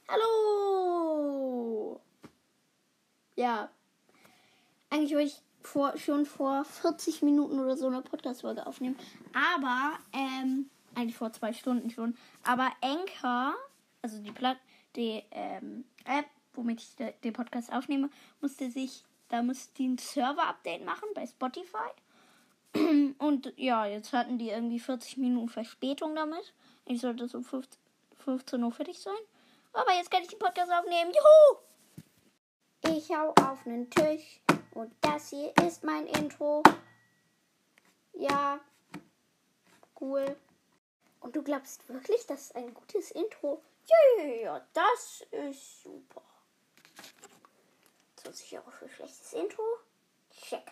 Hallo! Ja, eigentlich wollte ich schon vor 40 Minuten oder so eine Podcast-Folge aufnehmen. Aber, eigentlich vor 2 Stunden schon. Aber Anchor, also die App, womit ich den Podcast aufnehme, musste ein Server-Update machen bei Spotify. Und ja, jetzt hatten die irgendwie 40 Minuten Verspätung damit. Ich sollte so 15 Uhr fertig sein. Aber jetzt kann ich den Podcast aufnehmen. Juhu! Ich hau auf den Tisch und das hier ist mein Intro. Ja, cool. Und du glaubst wirklich, das ist ein gutes Intro? Ja, das ist super. 20 Euro für schlechtes Intro? Check.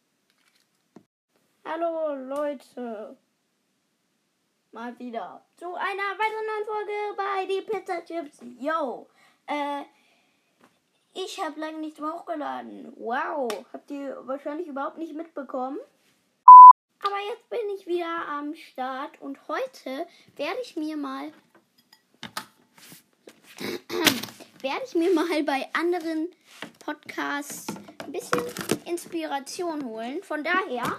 Hallo Leute. Mal wieder zu einer weiteren neuen Folge bei die Pizza Chips. Yo, ich habe lange nichts mehr hochgeladen. Wow, habt ihr wahrscheinlich überhaupt nicht mitbekommen. Aber jetzt bin ich wieder am Start und heute werde ich mir mal bei anderen Podcasts ein bisschen Inspiration holen. Von daher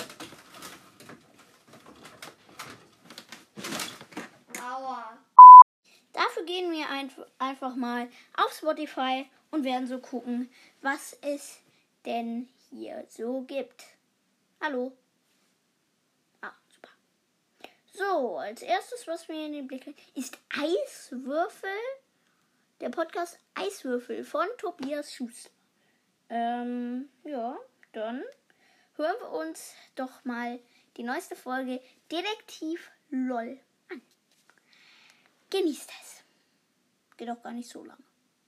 dafür gehen wir einfach mal auf Spotify und werden so gucken, was es denn hier so gibt. Hallo. Ah, super. So, als erstes, was mir in den Blick kommt, ist Eiswürfel. Der Podcast Eiswürfel von Tobias Schuster. Ja, dann hören wir uns doch mal die neueste Folge Detektiv LOL an. Genießt es. Geht auch gar nicht so lange.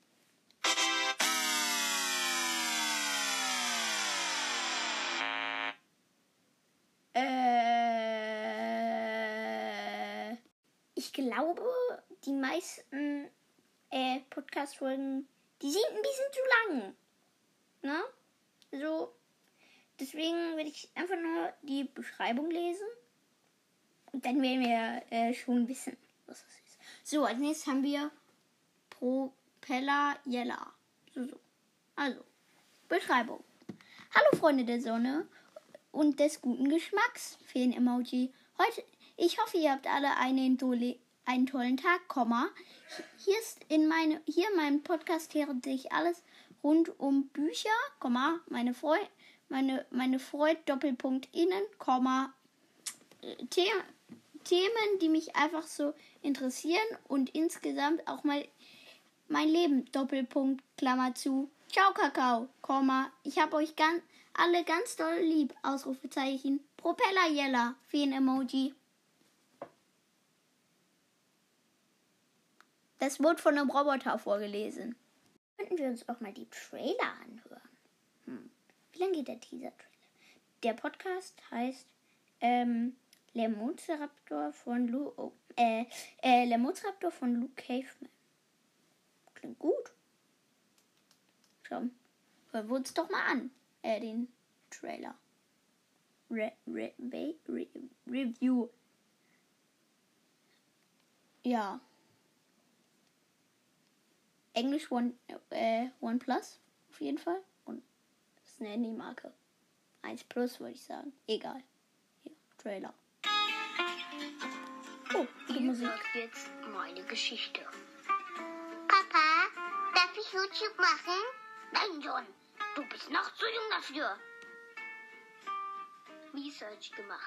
Ich glaube, die meisten Podcast-Folgen, die sind ein bisschen zu lang. Ne? So, deswegen werde ich einfach nur die Beschreibung lesen. Und dann werden wir schon wissen, was das ist. So, als nächstes haben wir Propeller Yella. So. Also, Beschreibung. Hallo Freunde der Sonne und des guten Geschmacks. Feen-Emoji. Ich hoffe, ihr habt alle einen tollen Tag, Hier in meinem Podcast kehrt sich alles rund um Bücher, meine Freude, Doppelpunkt innen, Themen, die mich einfach so interessieren und insgesamt auch mal mein Leben, Doppelpunkt, Klammer zu. Ciao, Kakao, ich hab euch alle ganz doll lieb, Ausrufezeichen. Propeller Yella, Feen-Emoji. Das wurde von einem Roboter vorgelesen. Könnten wir uns auch mal die Trailer anhören? Wie lange geht der Teaser-Trailer? Der Podcast heißt Lemoziraptor von Luke Caveman. Klingt gut. Hören wir uns doch mal an. Den Trailer. Review. Ja. Englisch OnePlus auf jeden Fall. Und das ist eine Handymarke. 1 Plus würde ich sagen. Egal. Hier, Trailer. Oh, die Musik. Sagt jetzt meine Geschichte. Papa, darf ich YouTube machen? Nein, John. Du bist noch zu jung dafür. Research gemacht.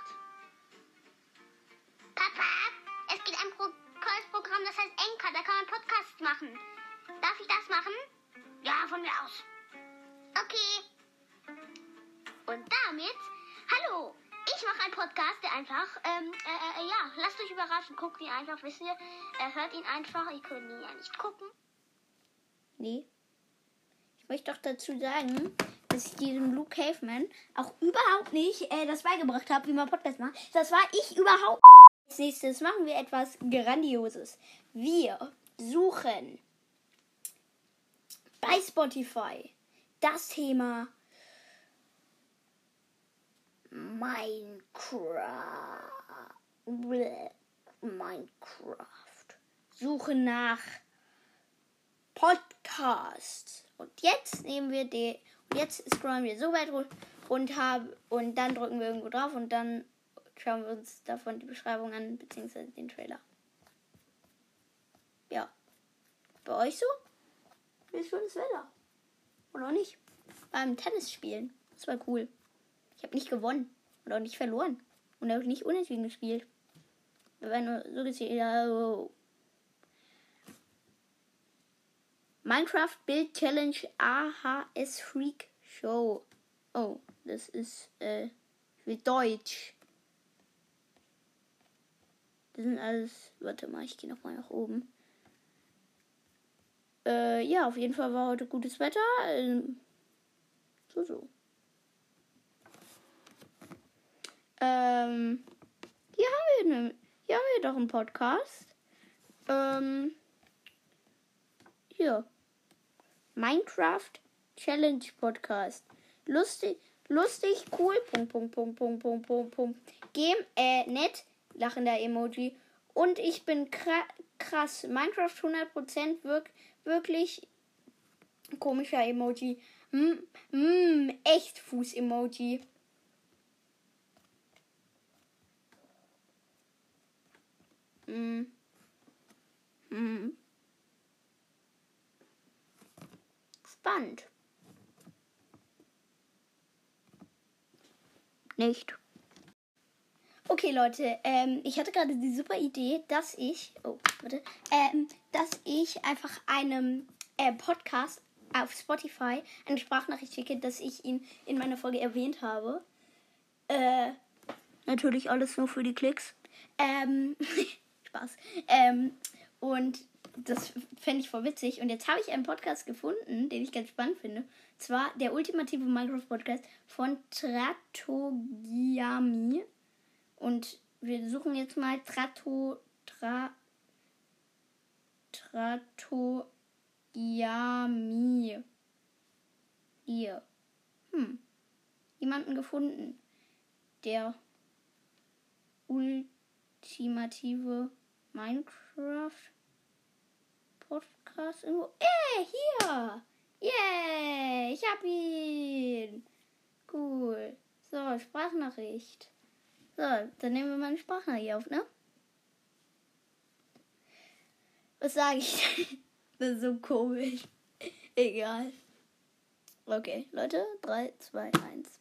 Papa, es gibt ein Programm, das heißt Anchor. Da kann man Podcasts machen. Darf ich das machen? Ja, von mir aus. Okay. Und damit, hallo, ich mache einen Podcast, der einfach, lasst euch überraschen, guckt ihn einfach, wisst ihr, hört ihn einfach, ihr könnt ihn ja nicht gucken. Nee. Ich möchte doch dazu sagen, dass ich diesem Luke Caveman auch überhaupt nicht das beigebracht habe, wie man Podcast macht. Das war ich überhaupt. Als nächstes machen wir etwas Grandioses. Wir suchen bei Spotify das Thema Minecraft. Suche nach Podcast. Und jetzt scrollen wir so weit runter und dann drücken wir irgendwo drauf und dann schauen wir uns davon die Beschreibung an, beziehungsweise den Trailer. Ja. Bei euch so? Wie ist schönes Wetter? Oder auch nicht? Beim Tennis spielen. Das war cool. Ich habe nicht gewonnen. Und auch nicht verloren. Und auch nicht unentschieden gespielt. Wir waren nur so gesehen. Ja, Minecraft Build Challenge AHS Freak Show. Oh, das ist wie Deutsch. Das sind alles. Warte mal, ich gehe nochmal nach oben. Ja, auf jeden Fall war heute gutes Wetter. So. Hier haben wir doch einen Podcast. Hier. Minecraft Challenge Podcast. Lustig, cool. Game, nett. Lachender Emoji. Und ich bin krass. Minecraft 100% wirklich komischer Emoji. Echt Fuß-Emoji. Spannend. Nicht. Okay, Leute, ich hatte gerade die super Idee, dass ich einfach einem Podcast auf Spotify eine Sprachnachricht schicke, dass ich ihn in meiner Folge erwähnt habe. Natürlich alles nur für die Klicks. Spaß. Und das fände ich voll witzig. Und jetzt habe ich einen Podcast gefunden, den ich ganz spannend finde. Und zwar der ultimative Minecraft-Podcast von Tratogiami. Und wir suchen jetzt mal Tratogiami. Hier. Jemanden gefunden. Der ultimative Minecraft Podcast irgendwo. Hier! Yeah! Ich hab ihn! Cool. So, Sprachnachricht. So, dann nehmen wir mal eine Sprachnachricht auf, ne? Was sage ich? Das ist so komisch. Egal. Okay, Leute. 3, 2, 1.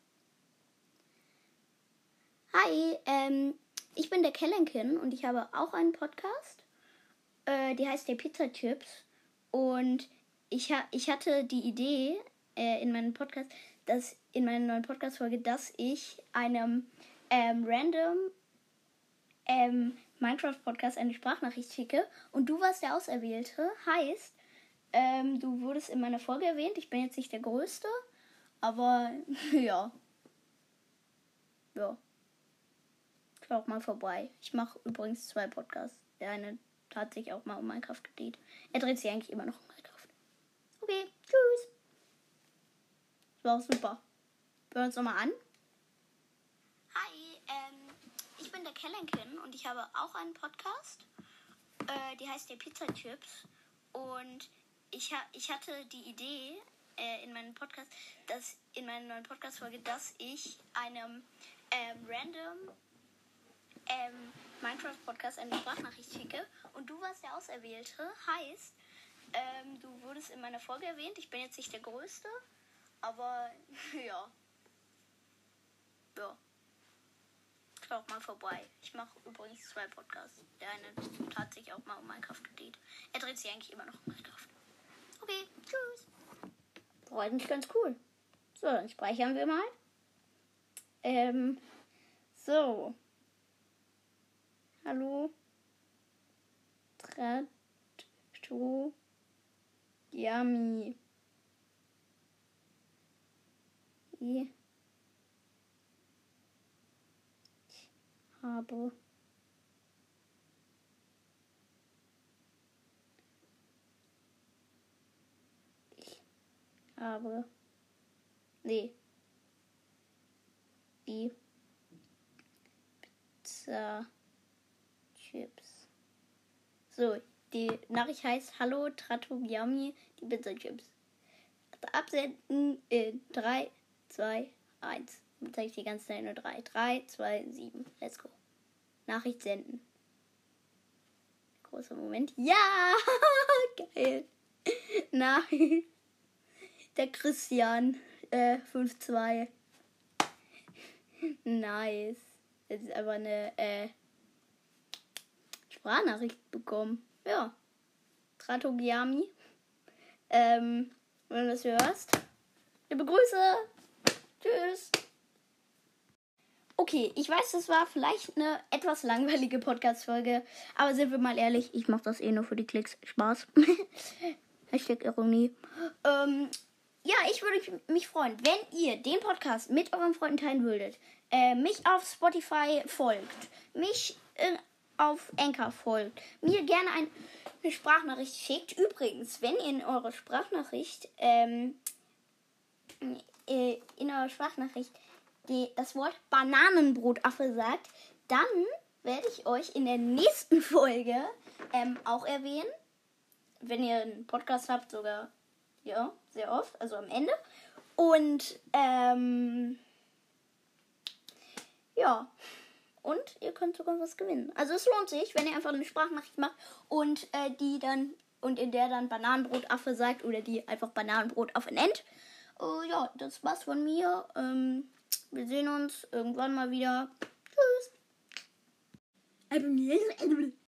Hi, ich bin der Kellenkin und ich habe auch einen Podcast. Die heißt der Pizza Chips. Und ich hatte die Idee in meinem Podcast, in meiner neuen Podcast-Folge, dass ich einem random Minecraft-Podcast eine Sprachnachricht schicke. Und du warst der Auserwählte. Heißt, du wurdest in meiner Folge erwähnt. Ich bin jetzt nicht der Größte, aber ja. Schau auch mal vorbei. Ich mache übrigens 2 Podcasts. Der eine hat sich auch mal um Minecraft gedreht. Er dreht sich eigentlich immer noch um Minecraft. Okay, tschüss. Das war auch super. Wir hören uns nochmal an. Hi, ich bin der Kellenkin und ich habe auch einen Podcast. Die heißt der Pizza Chips. Und ich hatte die Idee in meinem Podcast, in meiner neuen Podcast-Folge, dass ich einem random Minecraft-Podcast eine Sprachnachricht schicke. Und du warst der Auserwählte. Heißt, du wurdest in meiner Folge erwähnt. Ich bin jetzt nicht der Größte, aber ja. Schau auch mal vorbei. Ich mache übrigens 2 Podcasts. Der eine hat sich auch mal um Minecraft gedreht. Er dreht sich eigentlich immer noch um Minecraft. Okay, tschüss. War eigentlich ganz cool. So, dann speichern wir mal. So. Hallo. Tratogiami. Ich habe die Pizza Chips. So, Die Nachricht heißt: Hallo, Tratogiami, die Pizza-Chips. Absenden in 3, 2, 1. Dann zeige ich die ganze Zeit nur 3. 3, 2, 7. Let's go. Nachricht senden. Großer Moment. Ja! Geil. Nachricht. Der Christian. 5-2. Nice. Jetzt ist einfach eine Sprachnachricht bekommen. Ja. Tratogiami. Wenn du das hörst. Liebe Grüße. Tschüss. Okay, ich weiß, das war vielleicht eine etwas langweilige Podcast-Folge, aber sind wir mal ehrlich, ich mache das nur für die Klicks. Spaß. Hashtag Ironie. Ja, ich würde mich freuen, wenn ihr den Podcast mit euren Freunden teilen würdet. Mich auf Spotify folgt. Mich auf Anchor folgt. Mir gerne eine Sprachnachricht schickt. Übrigens, wenn ihr in eurer Sprachnachricht das Wort Bananenbrotaffe sagt, dann werde ich euch in der nächsten Folge auch erwähnen. Wenn ihr einen Podcast habt, sogar ja, sehr oft, also am Ende. Und ja, und ihr könnt sogar was gewinnen. Also es lohnt sich, wenn ihr einfach eine Sprachnachricht macht und in der dann Bananenbrotaffe sagt oder die einfach Bananenbrotaffe nennt. Ja, das war's von mir. Wir sehen uns irgendwann mal wieder. Tschüss.